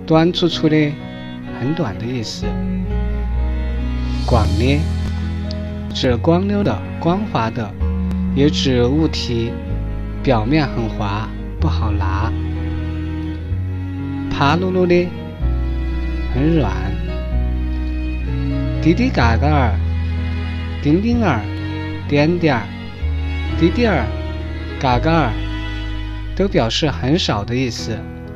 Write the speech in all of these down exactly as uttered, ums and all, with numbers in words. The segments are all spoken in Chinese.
短促促的，很短的意思。光咧指光溜的、光滑的，也指物体表面很滑，不好拿。趴噜噜的，很软。滴滴嘎嘎儿、丁丁儿、点点儿、滴滴儿、嘎嘎儿，都表示很少的意思。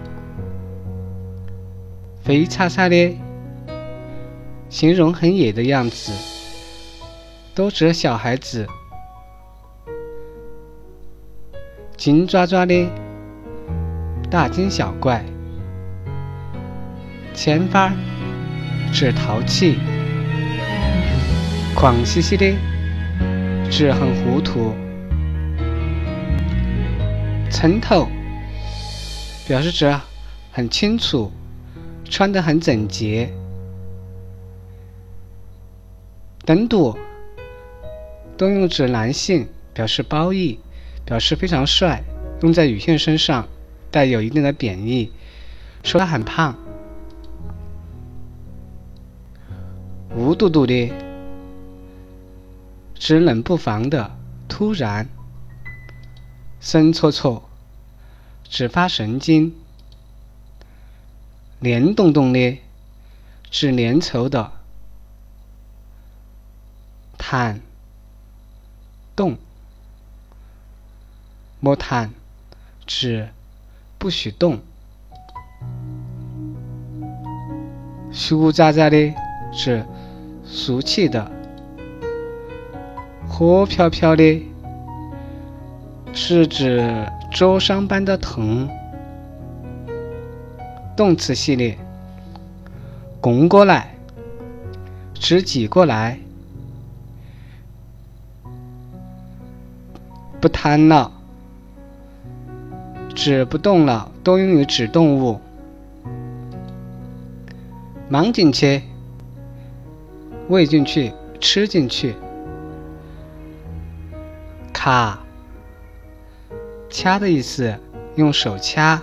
肥叉叉的，形容很野的样子，都指小孩子。金抓抓的，大惊小怪。钱法指淘气。狂兮兮的，指很糊涂。称头表示指很清楚，穿得很整洁。登肚都用指男性，表示褒义，表示非常帅，用在女性身上带有一定的贬义，说他很胖。无肚肚的指冷不防的突然。生搓搓指发神经。黏洞洞的指粘稠的。弹动莫弹指不许动。俗渣渣的指俗气的。火飘飘的是指灼伤般的疼。动词系列。拱过来指挤过来。不弹了指不动了，多用于指动物。忙进去喂进去，吃进去。卡掐的意思，用手掐。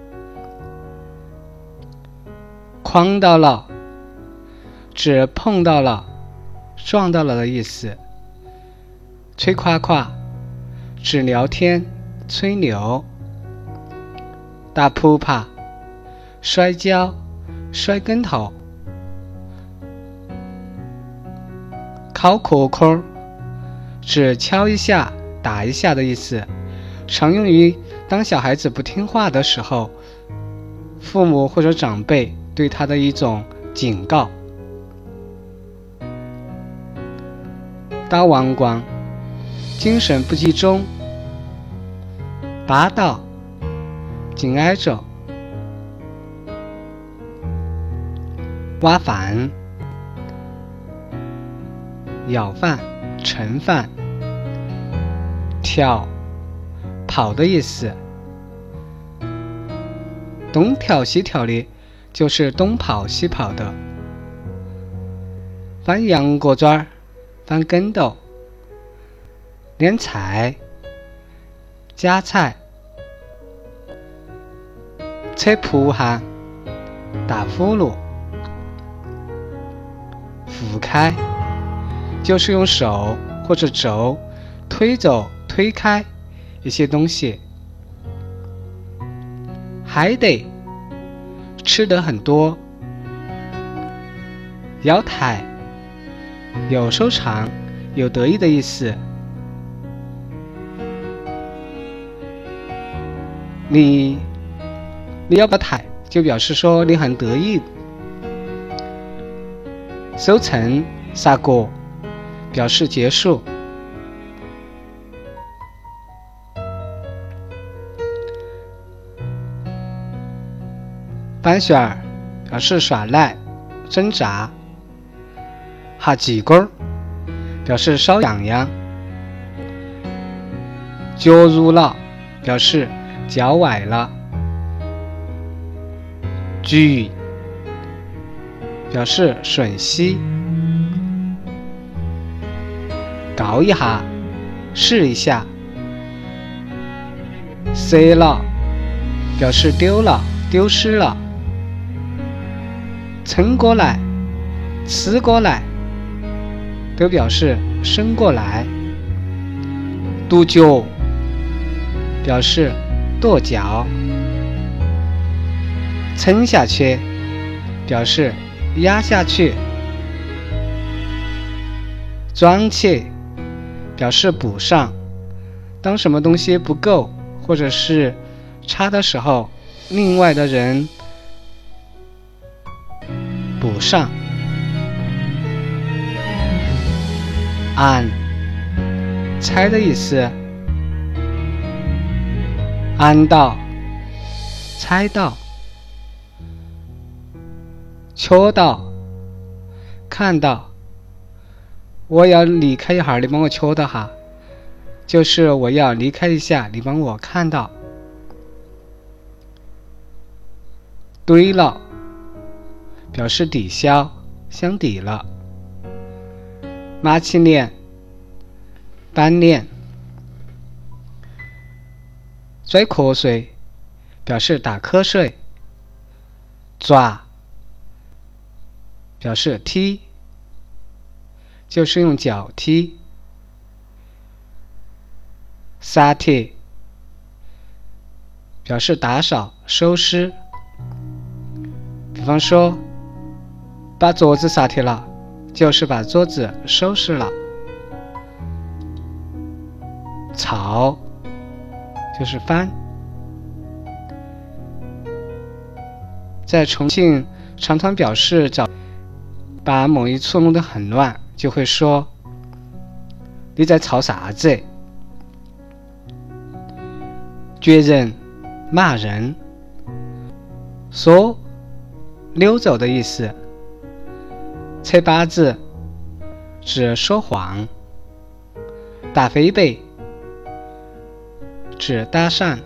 框到了指碰到了、撞到了的意思。吹夸夸指聊天、吹牛。大扑啪摔跤、摔跟头。敲壳壳指敲一下、打一下的意思，常用于当小孩子不听话的时候，父母或者长辈对他的一种警告。大王光精神不集中。拔到紧挨着。挖饭舀饭、盛饭。跳跑的意思。东跳西跳的就是东跑西跑的。翻洋果砖，翻跟斗。连菜夹菜。扯蒲汗打呼噜。扶开就是用手或者肘推走、推开一些东西。还得吃得很多。摇台有收藏、有得意的意思。你你要不台就表示说你很得意。收成杀过表示结束。翻旋儿表示耍赖、挣扎。哈几根表示瘙痒痒。脚入了表示脚崴了。举表示吮吸。搞一下试一下。塞了表示丢了、丢失了。 撑过来、吃过来都表示伸过来。跺脚表示跺脚。撑下去表示压下去。装起表示补上。当什么东西不够或者是差的时候，另外的人补上。按猜的意思。按到猜到。瞧到看到。我要离开一下，你帮我瞧到哈，就是我要离开一下，你帮我看到。对了表示抵消，相抵了。马起脸板脸。拽瞌睡表示打瞌睡。抓表示踢，就是用脚踢。撒帖表示打扫收拾。比方说把桌子撒帖了，就是把桌子收拾了。草就是翻。在重庆常常表示找把某一处弄得很乱，就会说你在吵啥子。撅人骂人。说溜走的意思。扯把子指说谎。打飞背指搭讪。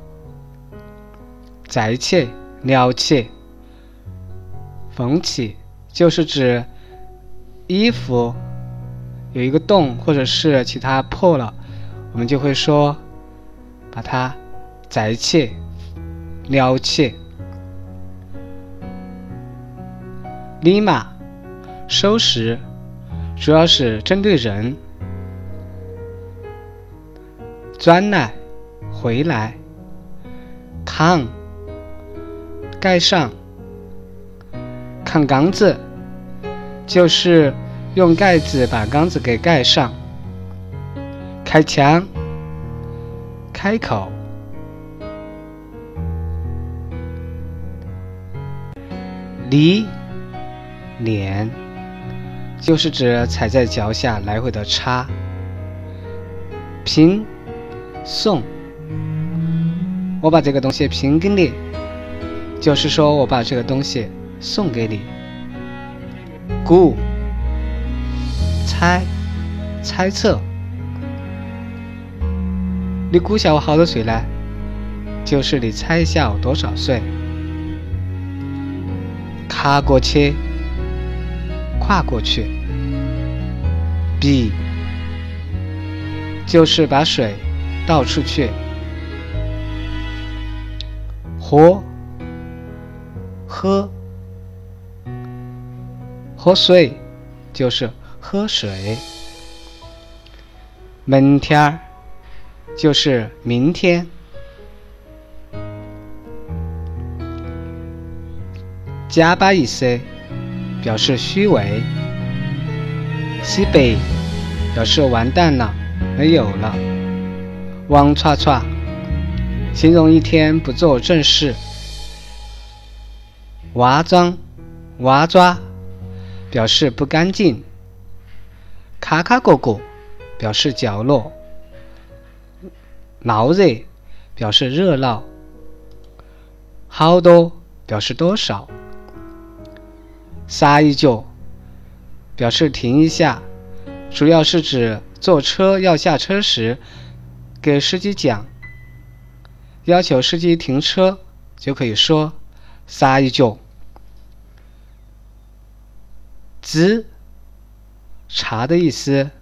摘起撩起。缝起就是指衣服有一个洞或者是其他破了，我们就会说把它摘起撩起。立马收拾主要是针对人。转来回来。扛盖上。扛缸子就是用盖子把缸子给盖上。开枪开口。离脸就是指踩在脚下来回的插。拼送我把这个东西拼给你，就是说我把这个东西送给你。估猜猜测。你估下我好多岁呢，就是你猜一下我多少岁。卡过去跨过去。比就是把水倒出去。喝喝喝水就是喝水。明天就是明天。假把意思表示虚伪。西北表示完蛋了，没有了。王叉叉形容一天不做正事。娃脏娃抓表示不干净。卡卡果果表示角落。闹热表示热闹。好多表示多少。撒一脚表示停一下，主要是指坐车要下车时给司机讲，要求司机停车就可以说撒一脚。滋查的意思。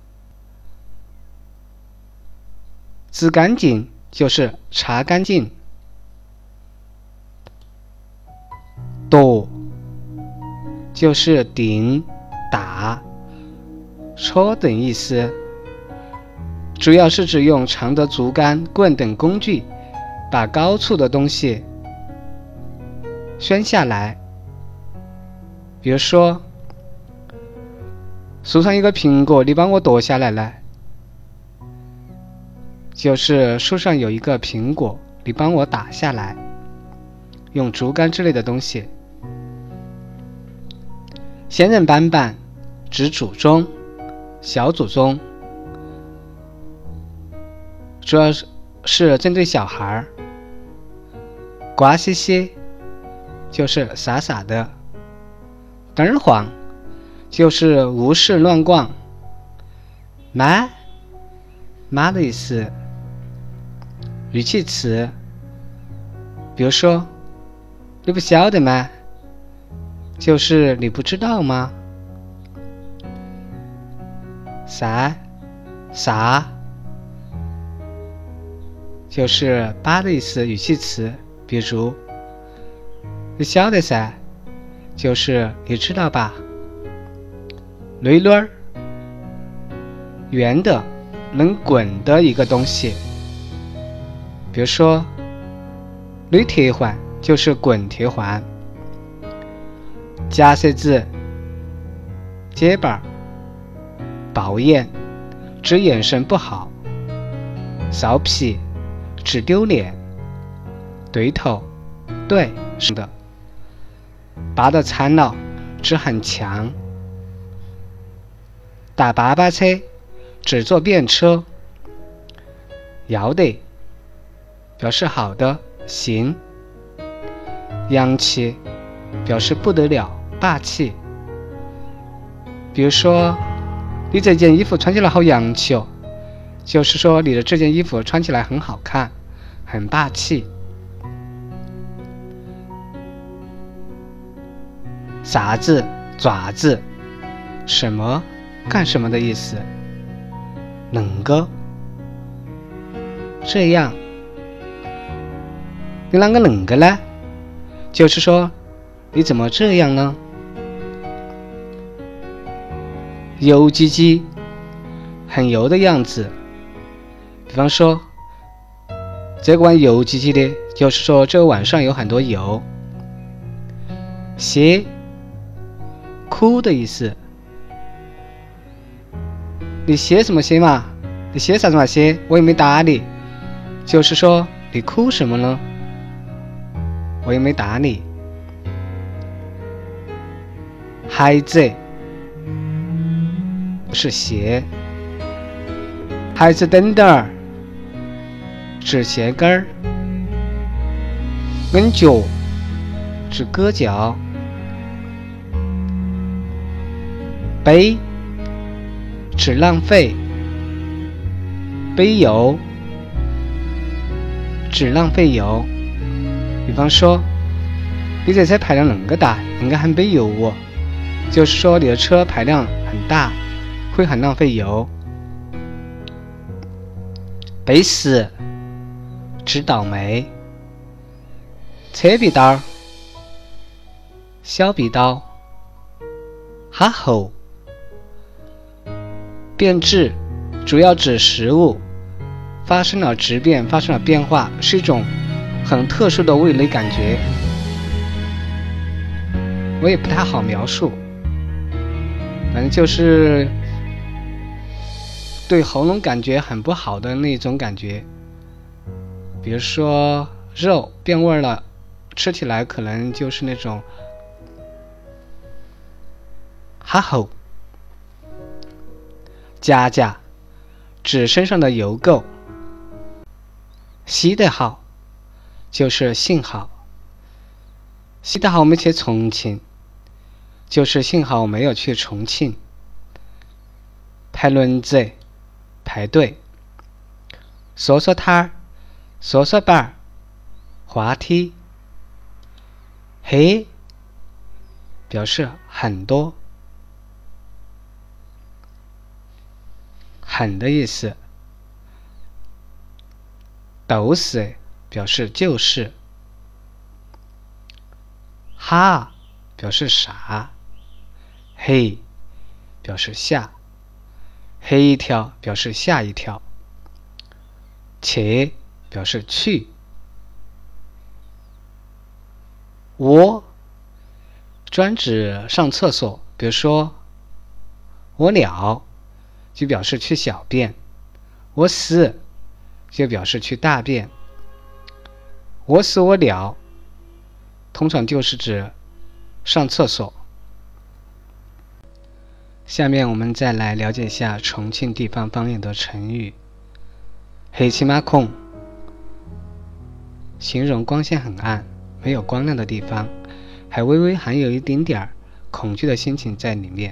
滋干净就是查干净。多就是顶、打、戳等意思，主要是指用长的竹竿、棍等工具把高处的东西掀下来。比如说，树上一个苹果，你帮我夺下来来，就是树上有一个苹果，你帮我打下来，用竹竿之类的东西。仙人板板指祖宗、小祖宗，主要是针对小孩。瓜兮兮就是傻傻的，灯儿晃就是无事乱逛。妈妈的意思，语气词，比如说你不晓得吗？就是你不知道吗？啥啥就是爸的意思，语气词，比如你晓得噻，就是你知道吧。雷轮儿，圆的能滚的一个东西，比如说铝铁环就是滚铁环。假设字，结巴、抱怨指眼神不好，臊皮指丢脸，对头对是的，拔得惨了指很强。打爸爸车只坐便车，要得表示好的行，洋气表示不得了霸气。比如说你这件衣服穿起来好洋气哦，就是说你的这件衣服穿起来很好看，很霸气。啥子爪子，什么干什么的意思。能够这样，你啷个能个呢？就是说你怎么这样呢？油唧唧，很油的样子。比方说这个碗油唧唧的，就是说这个碗上有很多油。歇，哭的意思。你歇什么歇嘛？你歇啥子嘛歇？我又没打你。就是说你哭什么呢？我又没打你。孩子是鞋，孩子等等儿指鞋跟儿，跟脚指搁脚，杯指浪费，杯油指浪费油。比方说你这车排量那么大，应该很杯油哦，就是说你的车排量很大，会很浪费油。背时指倒霉，车鼻刀小鼻刀，哈吼变质，主要指食物发生了质变，发生了变化，是一种很特殊的味蕾感觉，我也不太好描述，反正就是对喉咙感觉很不好的那种感觉。比如说肉变味了，吃起来可能就是那种哈吼。夹夹指身上的油垢，洗得好就是幸好，洗得好我没去重庆，就是幸好我没有去重庆。排轮子排队，嗦嗦摊儿嗦嗦板儿，滑梯。嘿表示很多很的意思。都是表示就是。哈表示傻。 黑表示下，黑一条表示下一条，且表示去，我专指上厕所，比如说我了就表示去小便，我死就表示去大便。我死我了通常就是指上厕所。下面我们再来了解一下重庆地方方言的成语。黑漆麻孔形容光线很暗，没有光亮的地方，还微微含有一丁点儿恐惧的心情在里面。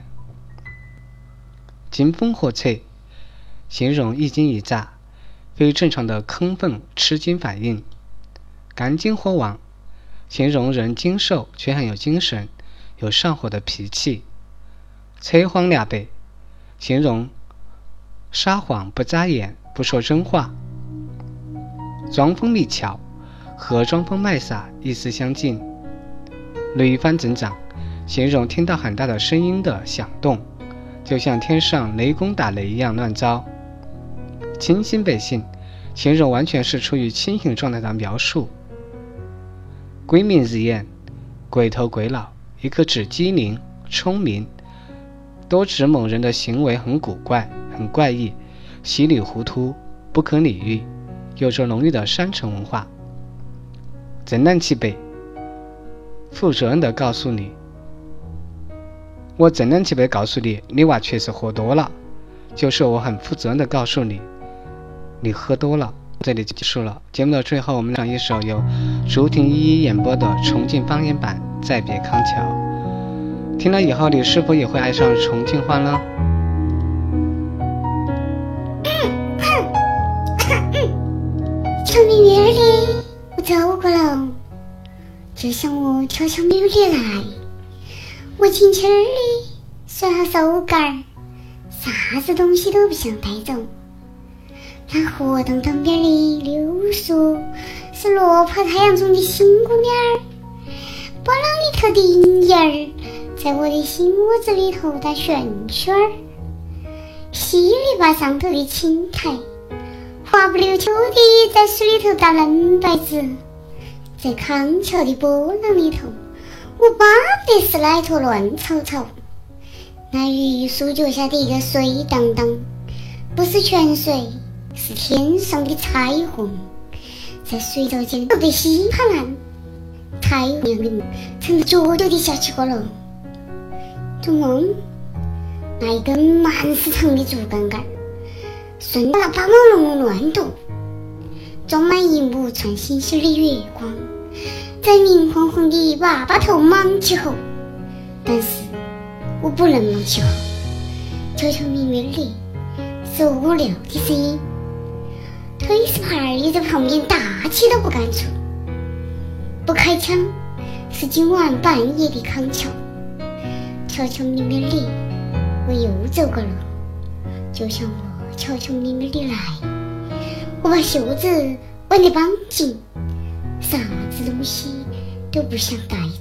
惊风火彻形容一惊一乍，非正常的亢奋吃惊反应。赶紧火旺形容人精瘦却很有精神，有上火的脾气。扯谎俩背形容撒谎不眨眼，不说真话。装疯卖巧和装疯卖傻意思相近。雷翻增长形容听到很大的声音的响动，就像天上雷公打雷一样乱糟。清醒北信形容完全是处于清醒状态的描述。鬼明日眼鬼头鬼脑一个指机灵聪明，多指某人的行为很古怪很怪异，稀里糊涂不可理喻，有着浓郁的山城文化。正南其北负责任地告诉你，我正南其北告诉你，你娃确实喝多了，就是我很负责任地告诉你，你喝多了。这里就结束了。节目的最后，我们唱一首由朱婷依依演播的重庆方言版《再别康桥》。听了以后，你是否也会爱上重庆话呢？ 小蜜月里我走过了，就像我悄悄蜜月里来，我轻轻里甩下手杆，啥子东西都不想带走。那河塘塘边里柳树，是落魄太阳中的新姑娘，波浪里头的银叶儿，在我的心窝子里头打旋圈儿。稀里巴上头的青苔，滑不溜秋的在水里头打蓝白子。在康桥的波浪里头，我巴不得是来坨乱草草。那榆树脚下的一个水当当，不是泉水，是天上的彩虹，在水藻间都被稀巴烂，太阳的梦成了脚脚的下去过了。中望那一根满是长的竹竿竿，顺着八毛龙乱抖，装满一目串星星的月光，在明晃晃的娃娃头忙起后。但是我不能忙起后，悄悄咪咪里是我无聊的声音，推是牌也在旁边大气都不敢出。不开枪是今晚半夜的康桥，悄悄咪咪里我又走过了，就像我悄悄咪咪地来，我把袖子挽得绑紧，啥子东西都不想带